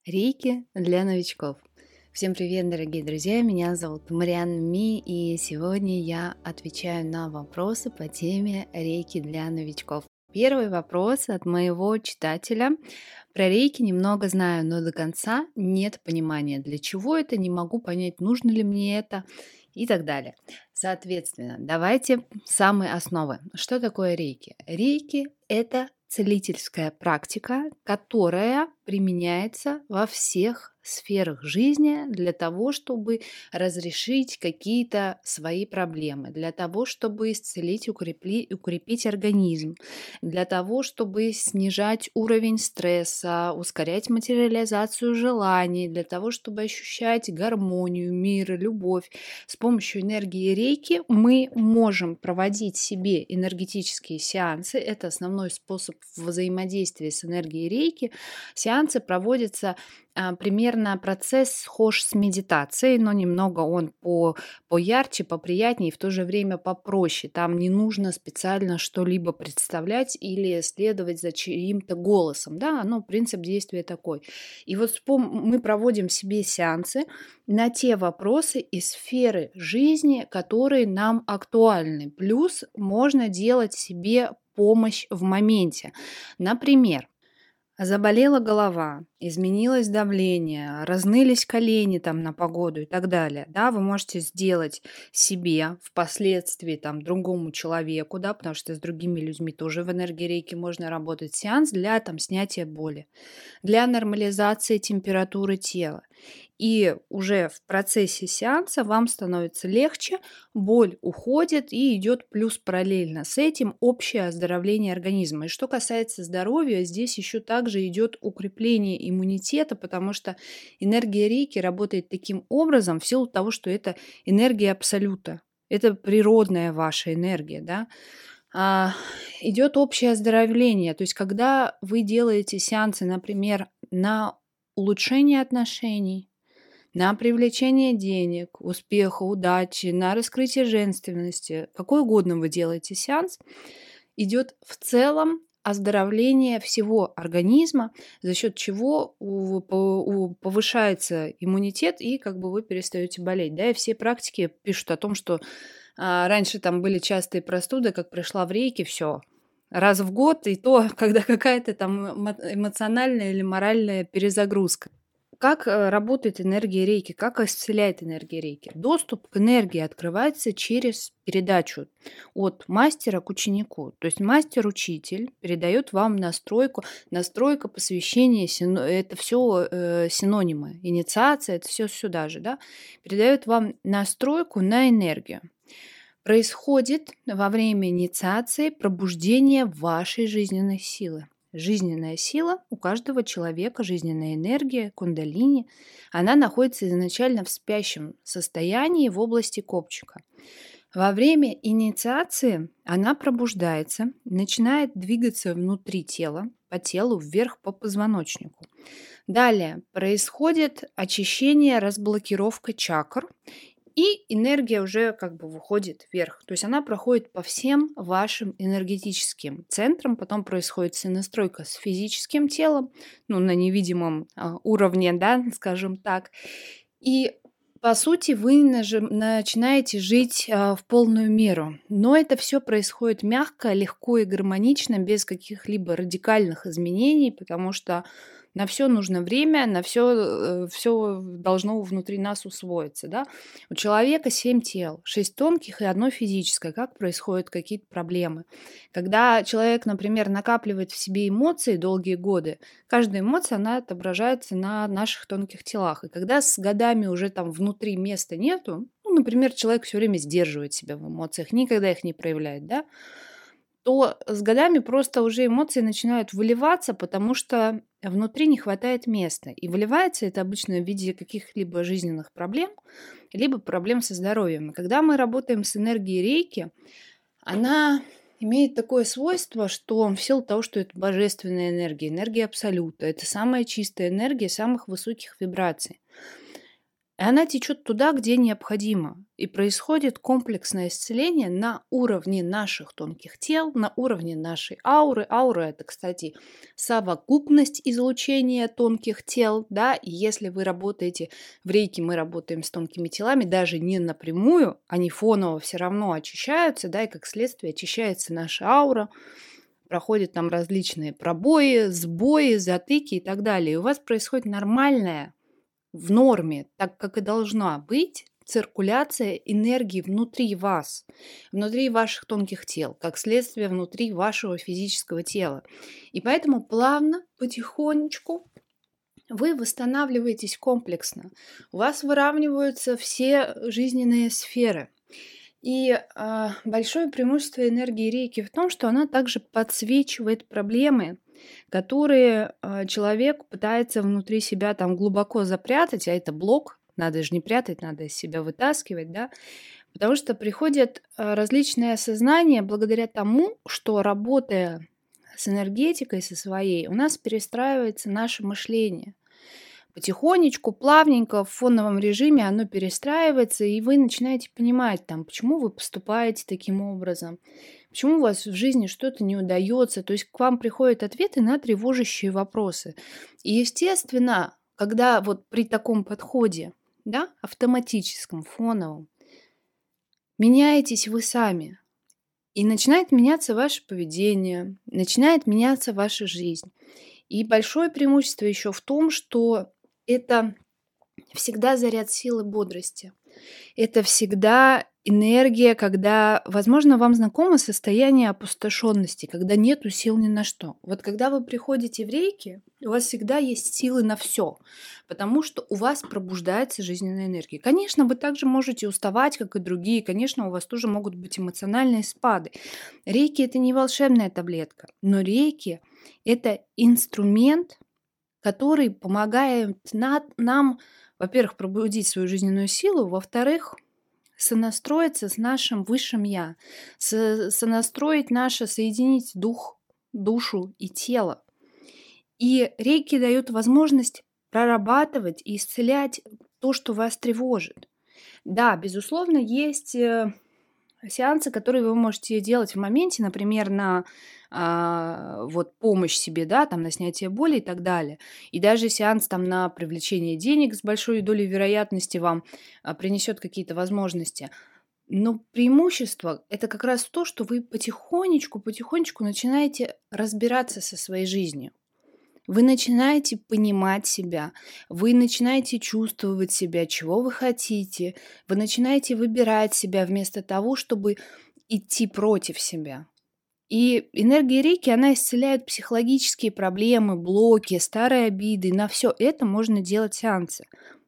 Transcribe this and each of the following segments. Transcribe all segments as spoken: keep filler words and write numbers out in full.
Рейки для новичков. Всем привет, дорогие друзья! Меня зовут Марианна Ми, и сегодня я отвечаю на вопросы по теме рейки для новичков. Первый вопрос от моего читателя. Про рейки немного знаю, но до конца нет понимания, для чего это, не могу понять, нужно ли мне это и так далее. Соответственно, давайте с самой основы. Что такое рейки? Рейки– это целительская практика, которая применяется во всех сферах жизни для того, чтобы разрешить какие-то свои проблемы, для того, чтобы исцелить, укрепли, укрепить организм, для того, чтобы снижать уровень стресса, ускорять материализацию желаний, для того, чтобы ощущать гармонию, мир, любовь. С помощью энергии рейки мы можем проводить себе энергетические сеансы. Это основной способ взаимодействия с энергией рейки. Сеансы проводятся а, примерно процесс схож с медитацией, но немного он по, поярче, поприятнее и в то же время попроще. Там не нужно специально что-либо представлять или следовать за чьим-то голосом. Да, ну, принцип действия такой. И вот спом- мы проводим себе сеансы на те вопросы и сферы жизни, которые нам актуальны. Плюс можно делать себе помощь в моменте. Например, заболела голова, изменилось давление, разнылись колени там на погоду и так далее. Да, вы можете сделать себе, впоследствии там другому человеку, да, потому что с другими людьми тоже в энергии рейки можно работать, сеанс для там снятия боли, для нормализации температуры тела. И уже в процессе сеанса вам становится легче, боль уходит и идет плюс параллельно с этим общее оздоровление организма. И что касается здоровья, здесь еще также идет укрепление иммунитета, потому что энергия рейки работает таким образом в силу того, что это энергия абсолюта. Это природная ваша энергия, да. А, идет общее оздоровление. То есть, когда вы делаете сеансы, например, на улучшение отношений, на привлечение денег, успеха, удачи, на раскрытие женственности, какой угодно вы делаете сеанс, идет в целом оздоровление всего организма, за счет чего у- по- у- повышается иммунитет и как бы вы перестаете болеть. Да, и все практики пишут о том, что а, раньше там были частые простуды, как пришла в рейки, все. Раз в год, и то, когда какая-то там эмо- эмоциональная или моральная перезагрузка. Как э, работает энергия рейки? Как исцеляет энергия рейки? Доступ к энергии открывается через передачу от мастера к ученику. То есть мастер-учитель передает вам настройку. Настройка, посвящение, сино- это все синонимы. Инициация, это все сюда же. Да? Передает вам настройку на энергию. Происходит во время инициации пробуждение вашей жизненной силы. Жизненная сила у каждого человека, жизненная энергия, кундалини, она находится изначально в спящем состоянии в области копчика. Во время инициации она пробуждается, начинает двигаться внутри тела, по телу, вверх по позвоночнику. Далее происходит очищение, разблокировка чакр, и энергия уже как бы выходит вверх. То есть она проходит по всем вашим энергетическим центрам. Потом происходит сонастройка с физическим телом, ну, на невидимом а, уровне, да, скажем так. И по сути, вы нажи- начинаете жить а, в полную меру. Но это все происходит мягко, легко и гармонично, без каких-либо радикальных изменений, потому что на все нужно время, на все, все должно внутри нас усвоиться. Да? У человека семь тел, шесть тонких и одно физическое. Как происходят какие-то проблемы? Когда человек, например, накапливает в себе эмоции долгие годы, каждая эмоция, она отображается на наших тонких телах. И когда с годами уже там внутри места нету, ну, например, человек все время сдерживает себя в эмоциях, никогда их не проявляет, да, то с годами просто уже эмоции начинают выливаться, потому что внутри не хватает места. И выливается это обычно в виде каких-либо жизненных проблем, либо проблем со здоровьем. И когда мы работаем с энергией рейки, она имеет такое свойство, что в силу того, что это божественная энергия, энергия абсолюта, это самая чистая энергия самых высоких вибраций. и она течет туда, где необходимо. И происходит комплексное исцеление на уровне наших тонких тел, на уровне нашей ауры. Аура – это, кстати, совокупность излучения тонких тел. Да? И если вы работаете в рейке, мы работаем с тонкими телами, даже не напрямую, они фоново все равно очищаются, да, и как следствие очищается наша аура, проходят там различные пробои, сбои, затыки и так далее. И у вас происходит нормальная, в норме, так как и должна быть, циркуляция энергии внутри вас, внутри ваших тонких тел, как следствие внутри вашего физического тела. И поэтому плавно, потихонечку вы восстанавливаетесь комплексно. У вас выравниваются все жизненные сферы. И э, большое преимущество энергии рейки в том, что она также подсвечивает проблемы, которые э, человек пытается внутри себя там глубоко запрятать, а это блок, надо же не прятать, надо из себя вытаскивать, да, потому что приходит э, различное осознание благодаря тому, что работая с энергетикой, со своей, у нас перестраивается наше мышление. Потихонечку, плавненько, в фоновом режиме оно перестраивается, и вы начинаете понимать, там, почему вы поступаете таким образом, почему у вас в жизни что-то не удается. То есть к вам приходят ответы на тревожащие вопросы. И, естественно, когда вот при таком подходе, да, автоматическом, фоновом, меняетесь вы сами, и начинает меняться ваше поведение, начинает меняться ваша жизнь. И большое преимущество еще в том, что это всегда заряд силы, бодрости. Это всегда энергия, когда, возможно, вам знакомо состояние опустошенности, когда нету сил ни на что. Вот когда вы приходите в рейки, у вас всегда есть силы на все, потому что у вас пробуждается жизненная энергия. Конечно, вы также можете уставать, как и другие. Конечно, у вас тоже могут быть эмоциональные спады. Рейки – это не волшебная таблетка, но рейки – это инструмент, который помогает на- нам, во-первых, пробудить свою жизненную силу, во-вторых, сонастроиться с нашим высшим я, со- сонастроить наше, соединить дух, душу и тело. И рейки дают возможность прорабатывать и исцелять то, что вас тревожит. Да, безусловно, есть э, сеансы, которые вы можете делать в моменте, например, на а, вот помощь себе, да, там на снятие боли и так далее. И даже сеанс там на привлечение денег с большой долей вероятности вам а, принесет какие-то возможности. Но преимущество это как раз то, что вы потихонечку, потихонечку начинаете разбираться со своей жизнью. Вы начинаете понимать себя, вы начинаете чувствовать себя, чего вы хотите, вы начинаете выбирать себя вместо того, чтобы идти против себя. И энергия рейки, она исцеляет психологические проблемы, блоки, старые обиды. На все это можно делать сеансы.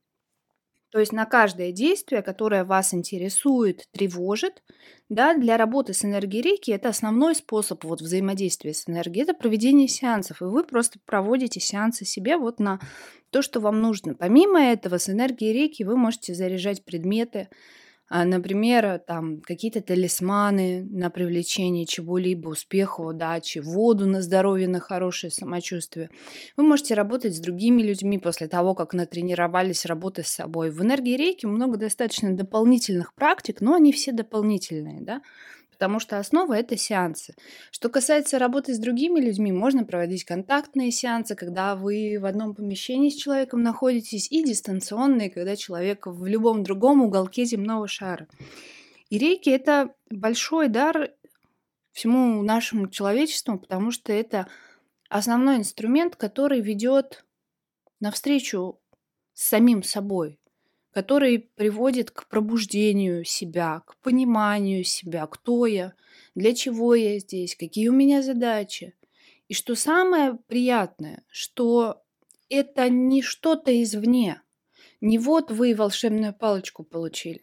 То есть на каждое действие, которое вас интересует, тревожит, да, для работы с энергией рейки это основной способ вот, взаимодействия с энергией, это проведение сеансов. И вы просто проводите сеансы себе вот на то, что вам нужно. Помимо этого, с энергией рейки вы можете заряжать предметы, а, например, там какие-то талисманы на привлечение чего-либо, успеха, удачи, воду на здоровье, на хорошее самочувствие. Вы можете работать с другими людьми после того, как натренировались работать с собой. В энергии рейки много достаточно дополнительных практик, но они все дополнительные, да, потому что основа – это сеансы. Что касается работы с другими людьми, можно проводить контактные сеансы, когда вы в одном помещении с человеком находитесь, и дистанционные, когда человек в любом другом уголке земного шара. И рейки – это большой дар всему нашему человечеству, потому что это основной инструмент, который ведет навстречу с самим собой, который приводит к пробуждению себя, к пониманию себя, кто я, для чего я здесь, какие у меня задачи. И что самое приятное, что это не что-то извне, не вот вы волшебную палочку получили,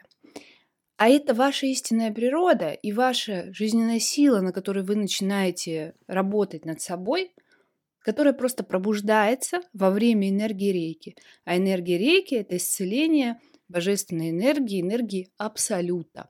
а это ваша истинная природа и ваша жизненная сила, на которой вы начинаете работать над собой, которая просто пробуждается во время энергии рейки. А энергия рейки – это исцеление божественной энергии, энергии абсолюта.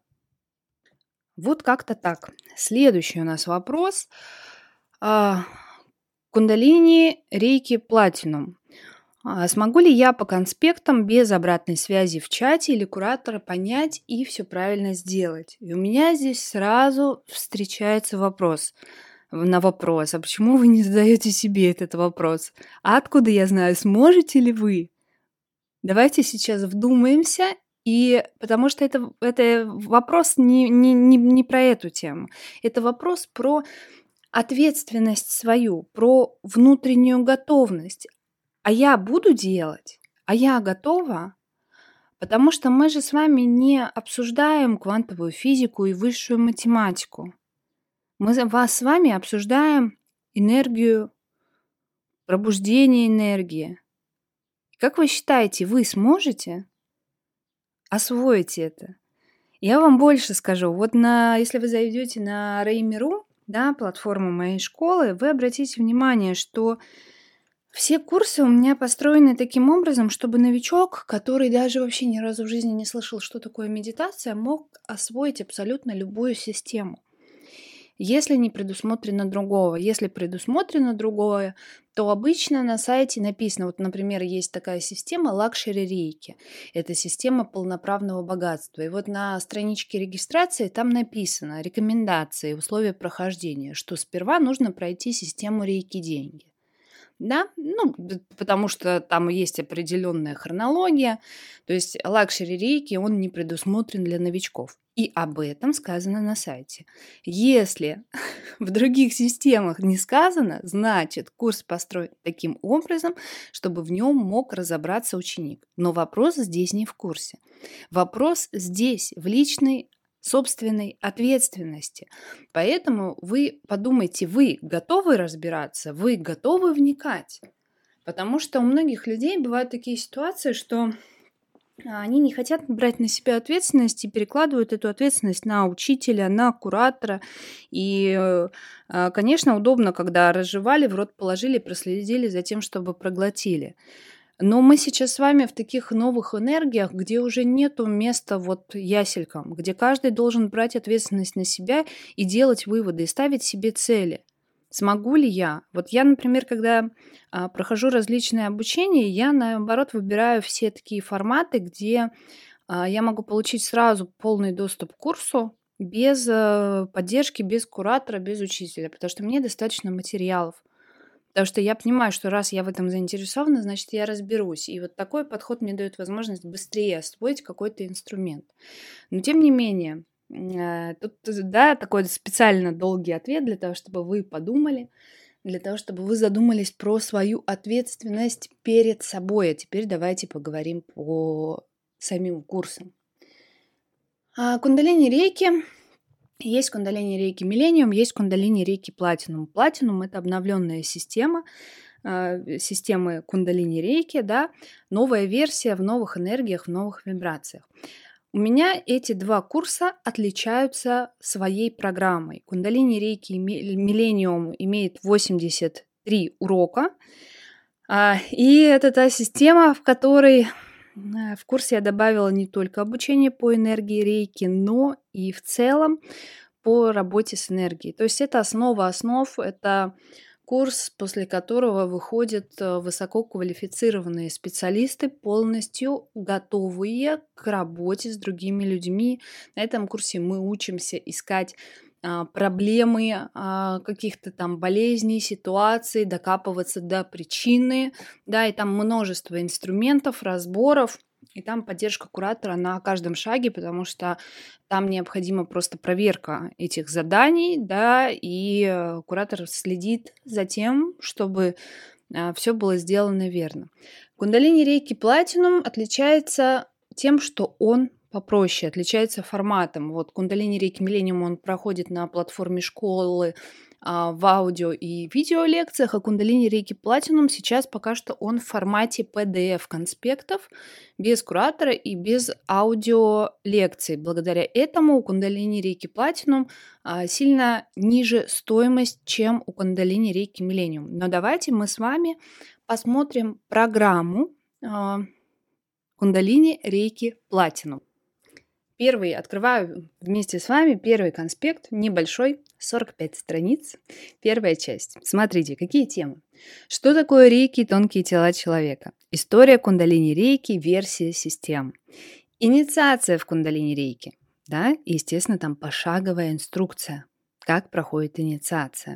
Вот как-то так. Следующий у нас вопрос. А, Кундалини рейки платинум. А смогу ли я по конспектам без обратной связи в чате или куратора понять и все правильно сделать? И у меня здесь сразу встречается вопрос на вопрос: а почему вы не задаете себе этот вопрос? А откуда я знаю, сможете ли вы? Давайте сейчас вдумаемся, и потому что это это вопрос не не не не про эту тему. Это вопрос про ответственность свою, про внутреннюю готовность. А я буду делать? А я готова? Потому что мы же с вами не обсуждаем квантовую физику и высшую математику. Мы за вас с вами обсуждаем энергию, пробуждение энергии. Как вы считаете, вы сможете освоить это? Я вам больше скажу. Вот на, если вы зайдете на Рейми.ру, да, платформу моей школы, вы обратите внимание, что все курсы у меня построены таким образом, чтобы новичок, который даже вообще ни разу в жизни не слышал, что такое медитация, мог освоить абсолютно любую систему. Если не предусмотрено другого. Если предусмотрено другое, то обычно на сайте написано, вот, например, есть такая система лакшери рейки. Это система полноправного богатства. И вот на страничке регистрации там написано рекомендации, условия прохождения, что сперва нужно пройти систему рейки деньги. Да, ну, д- потому что там есть определенная хронология, то есть лакшери рейки, он не предусмотрен для новичков. И об этом сказано на сайте. Если в других системах не сказано, значит, курс построен таким образом, чтобы в нем мог разобраться ученик. Но вопрос здесь не в курсе. Вопрос здесь в личной собственной ответственности. Поэтому вы подумайте, вы готовы разбираться, вы готовы вникать? Потому что у многих людей бывают такие ситуации, что а, они не хотят брать на себя ответственность и перекладывают эту ответственность на учителя, на куратора. И, э, а, конечно, удобно, когда разжевали, в рот положили, проследили за тем, чтобы проглотили. Но мы сейчас с вами в таких новых энергиях, где уже нету места вот яселькам, где каждый должен брать ответственность на себя и делать выводы, и ставить себе цели. Смогу ли я? Вот я, например, когда а, прохожу различные обучения, я, наоборот, выбираю все такие форматы, где а, я могу получить сразу полный доступ к курсу без э, поддержки, без куратора, без учителя, потому что мне достаточно материалов. Потому что я понимаю, что раз я в этом заинтересована, значит, я разберусь. И вот такой подход мне дает возможность быстрее освоить какой-то инструмент. Но тем не менее, э, тут, да, такой специально долгий ответ для того, чтобы вы подумали, для того, чтобы вы задумались про свою ответственность перед собой. А теперь давайте поговорим по самим курсам. А, Кундалини рейки. Есть кундалини рейки Millennium, есть кундалини рейки Platinum. Platinum — это обновленная система, э, системы кундалини рейки, да, новая версия в новых энергиях, в новых вибрациях. У меня эти два курса отличаются своей программой. Кундалини рейки Millennium имеет восемьдесят три урока, а, и это та система, в которой э, в курс я добавила не только обучение по энергии рейки, но и в целом по работе с энергией. То есть это основа основ, это курс, после которого выходят э, высококвалифицированные специалисты, полностью готовые к работе с другими людьми. На этом курсе мы учимся искать а, проблемы а, каких-то там болезней, ситуаций, докапываться до причины, да, и там множество инструментов, разборов, и там поддержка куратора на каждом шаге, потому что там необходима просто проверка этих заданий, да, и э, куратор следит за тем, чтобы все было сделано верно. Кундалини рейки Platinum отличается тем, что он попроще, отличается форматом. Вот кундалини рейки Millennium, он проходит на платформе школы а, в аудио и видео лекциях, а кундалини рейки Platinum сейчас пока что он в формате пи ди эф конспектов, без куратора и без аудио лекций. Благодаря этому у кундалини рейки Platinum а, сильно ниже стоимость, чем у кундалини рейки Millennium. Но давайте мы с вами посмотрим программу а, кундалини рейки Platinum. Первый, открываю вместе с вами первый конспект, небольшой, сорок пять страниц, первая часть. Смотрите, какие темы. Что такое рейки и тонкие тела человека? История кундалини рейки, версия систем. Инициация в кундалини рейки. Да? И, естественно, там пошаговая инструкция, как проходит инициация.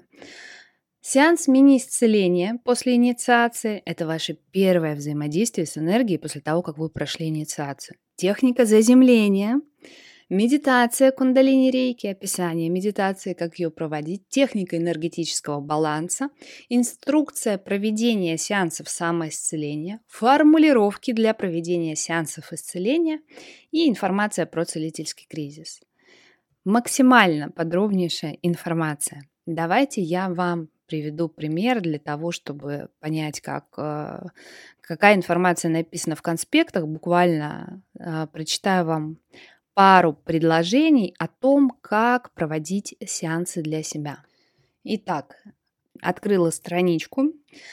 Сеанс мини-исцеления после инициации– это ваше первое взаимодействие с энергией после того, как вы прошли инициацию. Техника заземления, медитация кундалини рейки, описание медитации, как ее проводить, техника энергетического баланса, инструкция проведения сеансов самоисцеления, формулировки для проведения сеансов исцеления и информация про целительский кризис. Максимально подробнейшая информация. Давайте я вам приведу пример для того, чтобы понять, как, э, какая информация написана в конспектах. Буквально э, прочитаю вам пару предложений о том, как проводить сеансы для себя. Итак, открыла страничку,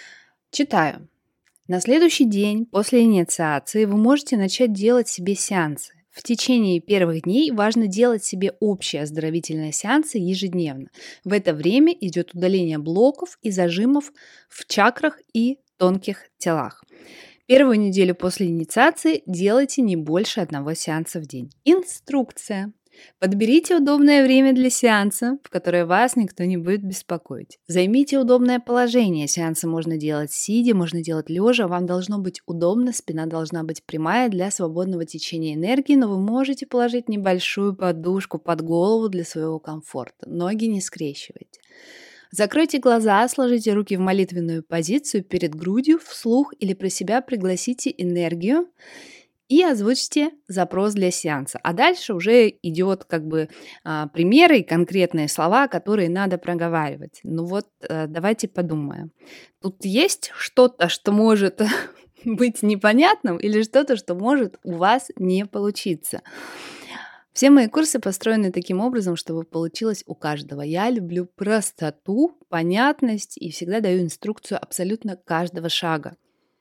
читаю. На следующий день после инициации вы можете начать делать себе сеансы. В течение первых дней важно делать себе общие оздоровительные сеансы ежедневно. В это время идет удаление блоков и зажимов в чакрах и тонких телах. Первую неделю после инициации делайте не больше одного сеанса в день. Инструкция. Подберите удобное время для сеанса, в которое вас никто не будет беспокоить. Займите удобное положение. Сеансы можно делать сидя, можно делать лежа. Вам должно быть удобно, спина должна быть прямая для свободного течения энергии, но вы можете положить небольшую подушку под голову для своего комфорта. Ноги не скрещивайте. Закройте глаза, сложите руки в молитвенную позицию перед грудью, вслух или про себя пригласите энергию и озвучьте запрос для сеанса. А дальше уже идет как бы а, примеры и конкретные слова, которые надо проговаривать. Ну вот, а, давайте подумаем. Тут есть что-то, что может быть непонятным или что-то, что может у вас не получиться. Все мои курсы построены таким образом, чтобы получилось у каждого. Я люблю простоту, понятность и всегда даю инструкцию абсолютно каждого шага.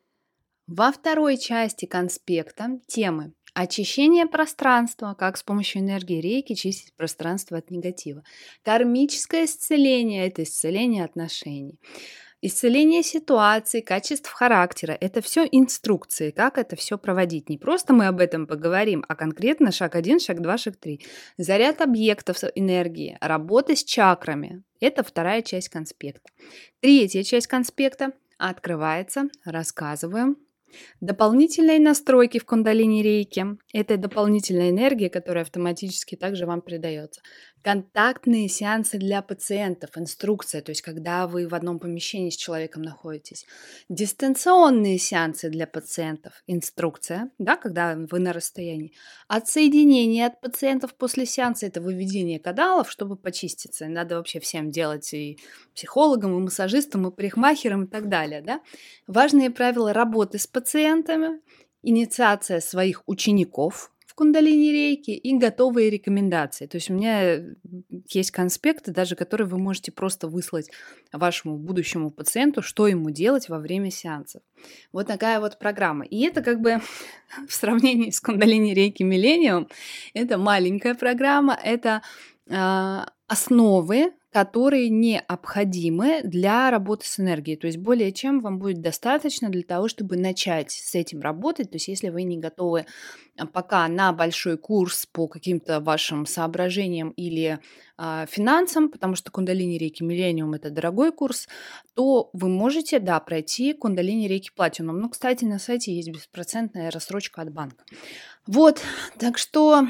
Во второй части конспекта темы очищение пространства, как с помощью энергии рейки чистить пространство от негатива. Кармическое исцеление– это исцеление отношений. Исцеление ситуаций, качеств характера– это все инструкции, как это все проводить. Не просто мы об этом поговорим, а конкретно шаг один, шаг два, шаг три. Заряд объектов энергии, работа с чакрами– это вторая часть конспекта. Третья часть конспекта открывается, рассказываем. Дополнительные настройки в кундалини рейки– это дополнительная энергия, которая автоматически также вам передается. Контактные сеансы для пациентов, инструкция, то есть когда вы в одном помещении с человеком находитесь. Дистанционные сеансы для пациентов, инструкция, да, когда вы на расстоянии. Отсоединение от пациентов после сеанса– это выведение кадалов, чтобы почиститься. Надо вообще всем делать, и психологам, и массажистам, и парикмахерам, и так далее. Да? Важные правила работы с пациентами, инициация своих учеников в кундалини рейки и готовые рекомендации. То есть у меня есть конспекты, даже которые вы можете просто выслать вашему будущему пациенту, что ему делать во время сеансов. Вот такая вот программа. И это как бы в сравнении с кундалини рейки Millennium, это маленькая программа, это э, основы, которые необходимы для работы с энергией. То есть более чем вам будет достаточно для того, чтобы начать с этим работать. То есть если вы не готовы пока на большой курс по каким-то вашим соображениям или э, финансам, потому что кундалини рейки Millennium– это дорогой курс, то вы можете, да, пройти кундалини рейки Platinum. Ну, кстати, на сайте есть беспроцентная рассрочка от банка. Вот, так что...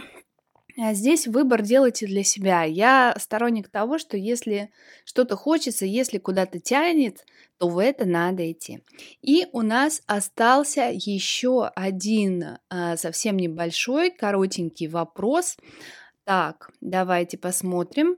Здесь выбор делайте для себя. Я сторонник того, что если что-то хочется, если куда-то тянет, то в это надо идти. И у нас остался еще один а, совсем небольшой, коротенький вопрос. Так, давайте посмотрим.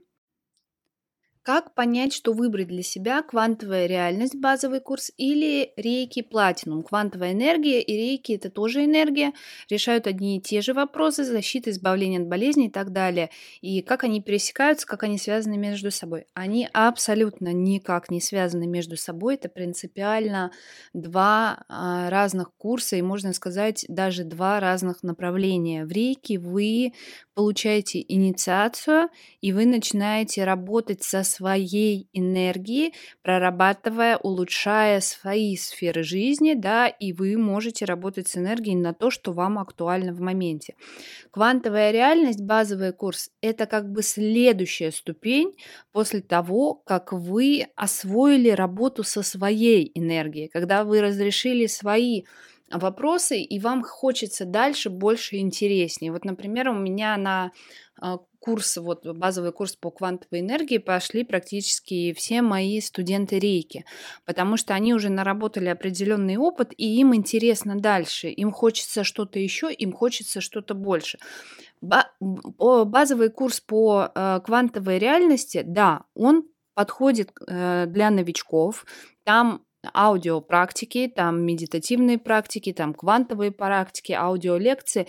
Как понять, что выбрать для себя квантовая реальность, базовый курс, или рейки платинум? Квантовая энергия и рейки– это тоже энергия, решают одни и те же вопросы, защита, избавление от болезней и так далее. И как они пересекаются, как они связаны между собой? Они абсолютно никак не связаны между собой, это принципиально два а, разных курса, и можно сказать, даже два разных направления. В рейке вы получаете инициацию, и вы начинаете работать со своей энергией, прорабатывая, улучшая свои сферы жизни, да, и вы можете работать с энергией на то, что вам актуально в моменте. Квантовая реальность, базовый курс, это как бы следующая ступень после того, как вы освоили работу со своей энергией, когда вы разрешили свои вопросы, и вам хочется дальше больше и интереснее. Вот, например, у меня на а, курс, вот базовый курс по квантовой энергии пошли практически все мои студенты рейки, потому что они уже наработали определенный опыт, и им интересно дальше, им хочется что-то еще, им хочется что-то больше. Ба- б- о, базовый курс по э, квантовой реальности, да, он подходит э, для новичков. Там аудиопрактики, там медитативные практики, там квантовые практики, аудиолекции,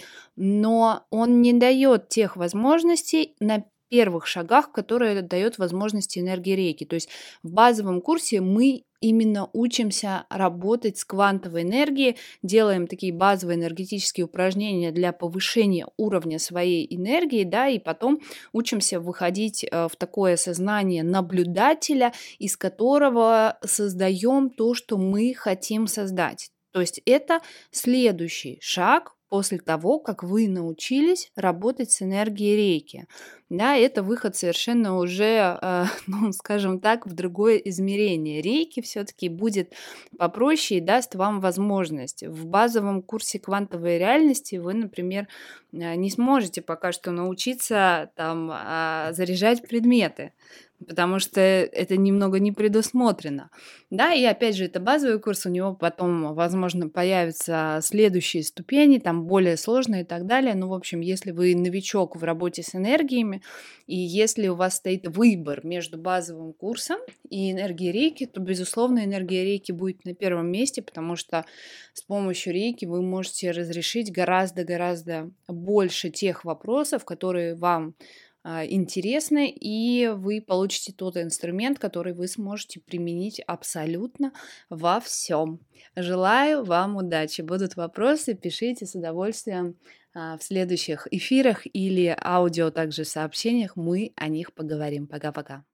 но он не дает тех возможностей на первых шагах, которые дает возможности энергии рейки. То есть в базовом курсе мы именно учимся работать с квантовой энергией, делаем такие базовые энергетические упражнения для повышения уровня своей энергии, да, и потом учимся выходить э, в такое сознание наблюдателя, из которого создаем то, что мы хотим создать. То есть это следующий шаг после того, как вы научились работать с энергией рейки. Да, это выход совершенно уже, э, ну, скажем так, в другое измерение. Рейки все-таки будет попроще и даст вам возможность. В базовом курсе квантовой реальности вы, например, э, не сможете пока что научиться там а, заряжать предметы, потому что это немного не предусмотрено. Да, и опять же, это базовый курс, у него потом, возможно, появятся следующие ступени, там более сложные и так далее. Ну, в общем, если вы новичок в работе с энергиями, и если у вас стоит выбор между базовым курсом и энергией рейки, то, безусловно, энергия рейки будет на первом месте, потому что с помощью рейки вы можете разрешить гораздо-гораздо больше тех вопросов, которые вам а, интересны, и вы получите тот инструмент, который вы сможете применить абсолютно во всем. Желаю вам удачи. Будут вопросы, пишите с удовольствием а, в следующих эфирах или аудио также сообщениях. Мы о них поговорим. Пока-пока.